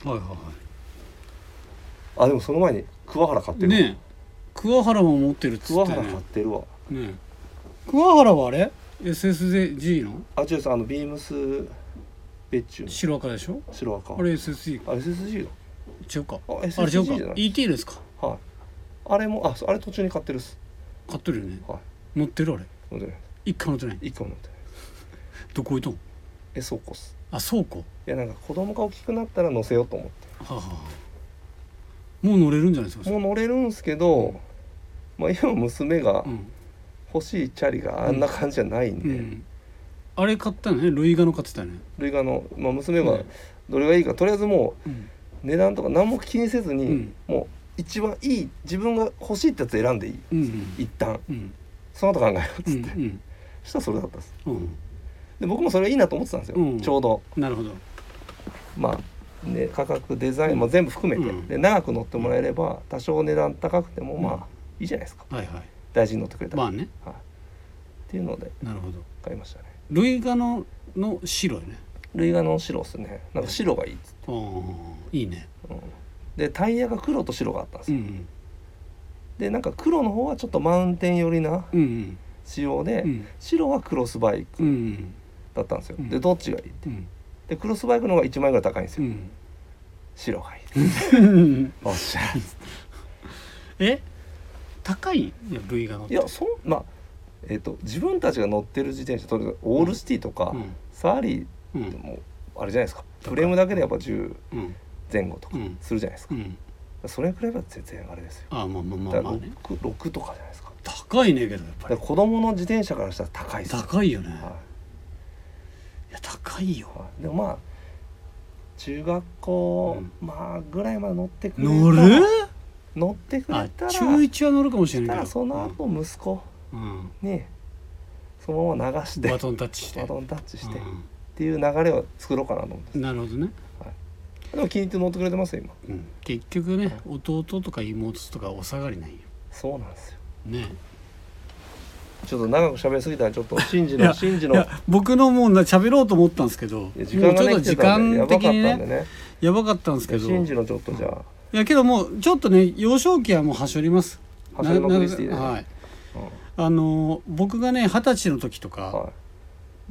S1: はいはいはい。
S2: あでもその前に桑原買ってる
S1: ね。桑原も持ってるっつって、ね、
S2: 桑原買ってるわ
S1: ね。桑原はあれ エスエスジー の
S2: あ違うあのビームスベッチュ
S1: 白赤でしょ。
S2: 白赤
S1: あれ エスエスジー
S2: あ エスエスジー だ
S1: 違うか
S2: あ エスエスジー じゃない
S1: イーティー ですか。
S2: はいあれもああれ途中に買ってるっす
S1: 買ってるよね、
S2: はい、
S1: 乗ってるあれ
S2: 乗ってない
S1: 一回乗ってない
S2: 一回も乗ってない
S1: どこ置いとん
S2: え倉庫っす
S1: あ倉庫い
S2: やなんか子供が大きくなったら乗せようと思って
S1: はあ、はあ、もう乗れるんじゃないですか。
S2: もう乗れるんすけど、うん、まあ今娘が欲しいチャリがあんな感じじゃないんで、うんうん、
S1: あれ買ったのねルイガの買ってたよね
S2: ルイガの、まあ、娘がどれがいいかとりあえずもう値段とか何も気にせずに、うん、もう一番いい自分が欲しいってやつ選んでいい、うんうん、一旦、うん、その後考えようっつって、うんうん、そしたらそれだったんです、うん、で僕もそれいいなと思ってたんですよ、うん、ちょうど
S1: なるほど
S2: まあね価格デザインも全部含めて、うん、で長く乗ってもらえれば多少値段高くてもまあ、うん、いいじゃないですか、はいはい、大事に乗ってくれたら
S1: まあね、
S2: はい、っていうので
S1: なるほど
S2: 買いましたね。
S1: ルイガノの白ね
S2: ルイガノの白っすねなんか白がいいっつって、
S1: うん、いいね、
S2: うんでタイヤが黒と白があったんですよ、うんうん、でなんか黒の方はちょっとマウンテン寄りな仕様で、うんうん、白はクロスバイクだったんですよ、うんうん、でどっちがいいって、うん、でクロスバイクの方がいちまん円ぐらい高いんですよ、うん、白がいいおっしゃ
S1: え高いいやルイガノって
S2: いやそんまあえっ、ー、と自分たちが乗ってる自転車とにかくオールシティとか、うん、サーリーでもあれじゃないですか、うん、フレームだけでやっぱじゅう、うん前後とかするじゃないですか、うん、それに比べれば全然あれですよ。
S1: ああまあまあまあまあ、ね、
S2: ろく, ろくとかじゃないですか。
S1: 高いねけどやっぱり
S2: 子供の自転車からしたら高いですよ。
S1: 高いよね、はい、
S2: い
S1: や高いよ、
S2: はい、でもまあ中学校、うん、まあぐらいまで乗ってくれた
S1: 乗る
S2: 乗ってくれたら
S1: 中いちは乗るかもしれないけど
S2: その後息子に、うん、そのまま流して
S1: バトンタッチして
S2: バトンタッチして、うん、っていう流れを作ろうかなと思って
S1: なるほどね、
S2: でも気に入って乗ってくれてますよ今、
S1: うん、結局ね、はい、弟とか妹とかお下がりないよ。
S2: そうなんですよ
S1: ね。
S2: ちょっと長く喋りすぎたらちょっとシンジのシンジの
S1: 僕のもう喋ろうと思ったんですけど
S2: 時間がねもうちょっと
S1: 時間的にねやばかったんですけど
S2: シンジのちょっとじゃあ
S1: いやけどもうちょっとね幼少期はもうはしょります
S2: はしょりまくりしていいね、
S1: はい、うん、あの僕がね二十歳の時とか、はい、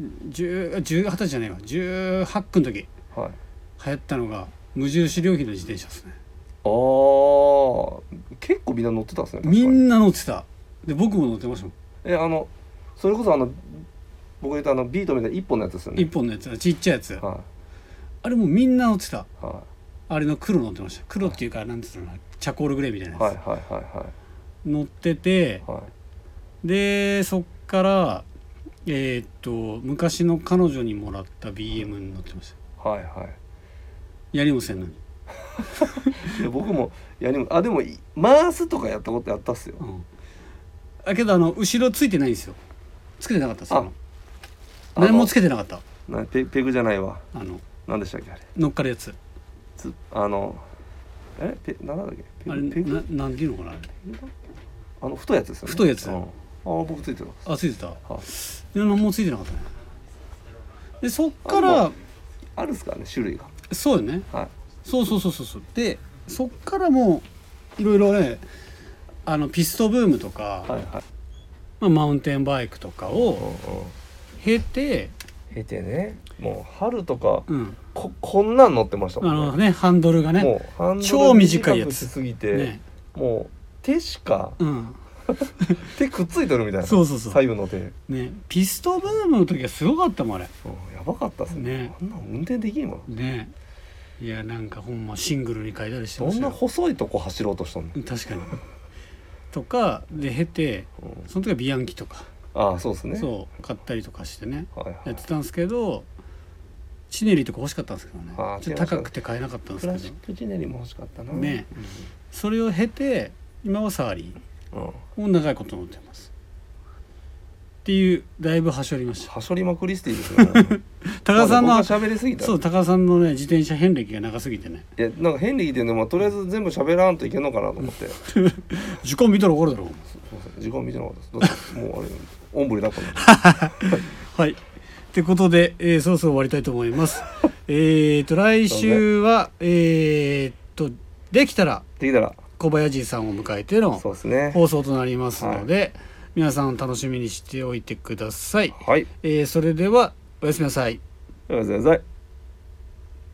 S1: 十十二十歳じゃないわじゅうはちの時、はい、流行ったのが無印良品の自転車ですね。
S2: あー結構みんな乗ってたんですね。
S1: みんな乗ってた。で僕も乗ってましたもん。
S2: えあのそれこそあの僕言ったあのビートみたいな一本のやつですよね。
S1: 一本のやつちっちゃいやつ、はい、あれもみんな乗ってた、はい、あれの黒乗ってました。黒っていうか、はい、なんていうのチャコールグレーみたいなやつ、はいはいはいはい、乗ってて、はい、でそっからえー、っと昔の彼女にもらった ビーエム に乗ってました。はいはいやりもせんのに
S2: いや僕もやりもあでも回すとかやったことやったっすよ、うん、
S1: だけどあの後ろついてないんですよ。つけてなかったっすよ。何もつけてなかった。
S2: な ペ, ペグじゃないわ。あの何でしたっけあれ
S1: 乗っかるやつ
S2: つあのえペ何だっけペグ
S1: あれペグな何ていうのかなあれ
S2: あの太いやつですよね。
S1: 太いやつ、うん、あ
S2: 僕ついてた。
S1: あついてた、はあ、いや何もついてなかったね。でそっから
S2: あるっすかね種類が。
S1: そうよね、はい、そうそうそうそうでそっからもういろいろねあのピストブームとか、はいはいまあ、マウンテンバイクとかを経て
S2: 経てねもう春とか、うん、こ, こんなん乗ってましたもんね。
S1: あのねハンドルがねもうハンドル超短いやつ
S2: しすぎて、ね、もう手しか、うん、手くっついてるみたいな。そうそうそう左右の手
S1: ねピストブームの時はすごかったもんあれ。
S2: やばかったっすね。ねあんな運転できんもん
S1: ね。いやなんかほんまシングルに書いたりしてましたよ。
S2: どんな細いとこ走ろうとしたの。
S1: 確かにとかで経て、うん、その時はビアンキとか
S2: ああそうですね
S1: そう買ったりとかしてね、はいはい、やってたんですけどチネリとか欲しかったんですけどねちょっと高くて買えなかったんですけど。
S2: クラシックチネリも欲しかったな
S1: ね、うん、それを経て今はサーリーを長いこと乗ってますっていうだいぶはしょりました。
S2: はしょりまくりしていいですね
S1: 高田さんの
S2: 喋りすぎた
S1: そう高田さんのね自転車遍歴が長すぎてね
S2: いやなんか遍歴っていうのはとりあえず全部喋らんといけんのかなと思って
S1: 時間見たら分かるだろう。
S2: 時間見てなかったです。もうあれおんぶになったの
S1: はいってことで、えー、そろそろ終わりたいと思います、 えーと来週はえーとできたら
S2: できたら
S1: 小林さんを迎えての放送となりますので、はい、皆さん楽しみにしておいてください。
S2: はい、
S1: えー、それではおやすみなさい。
S2: おやすみなさい。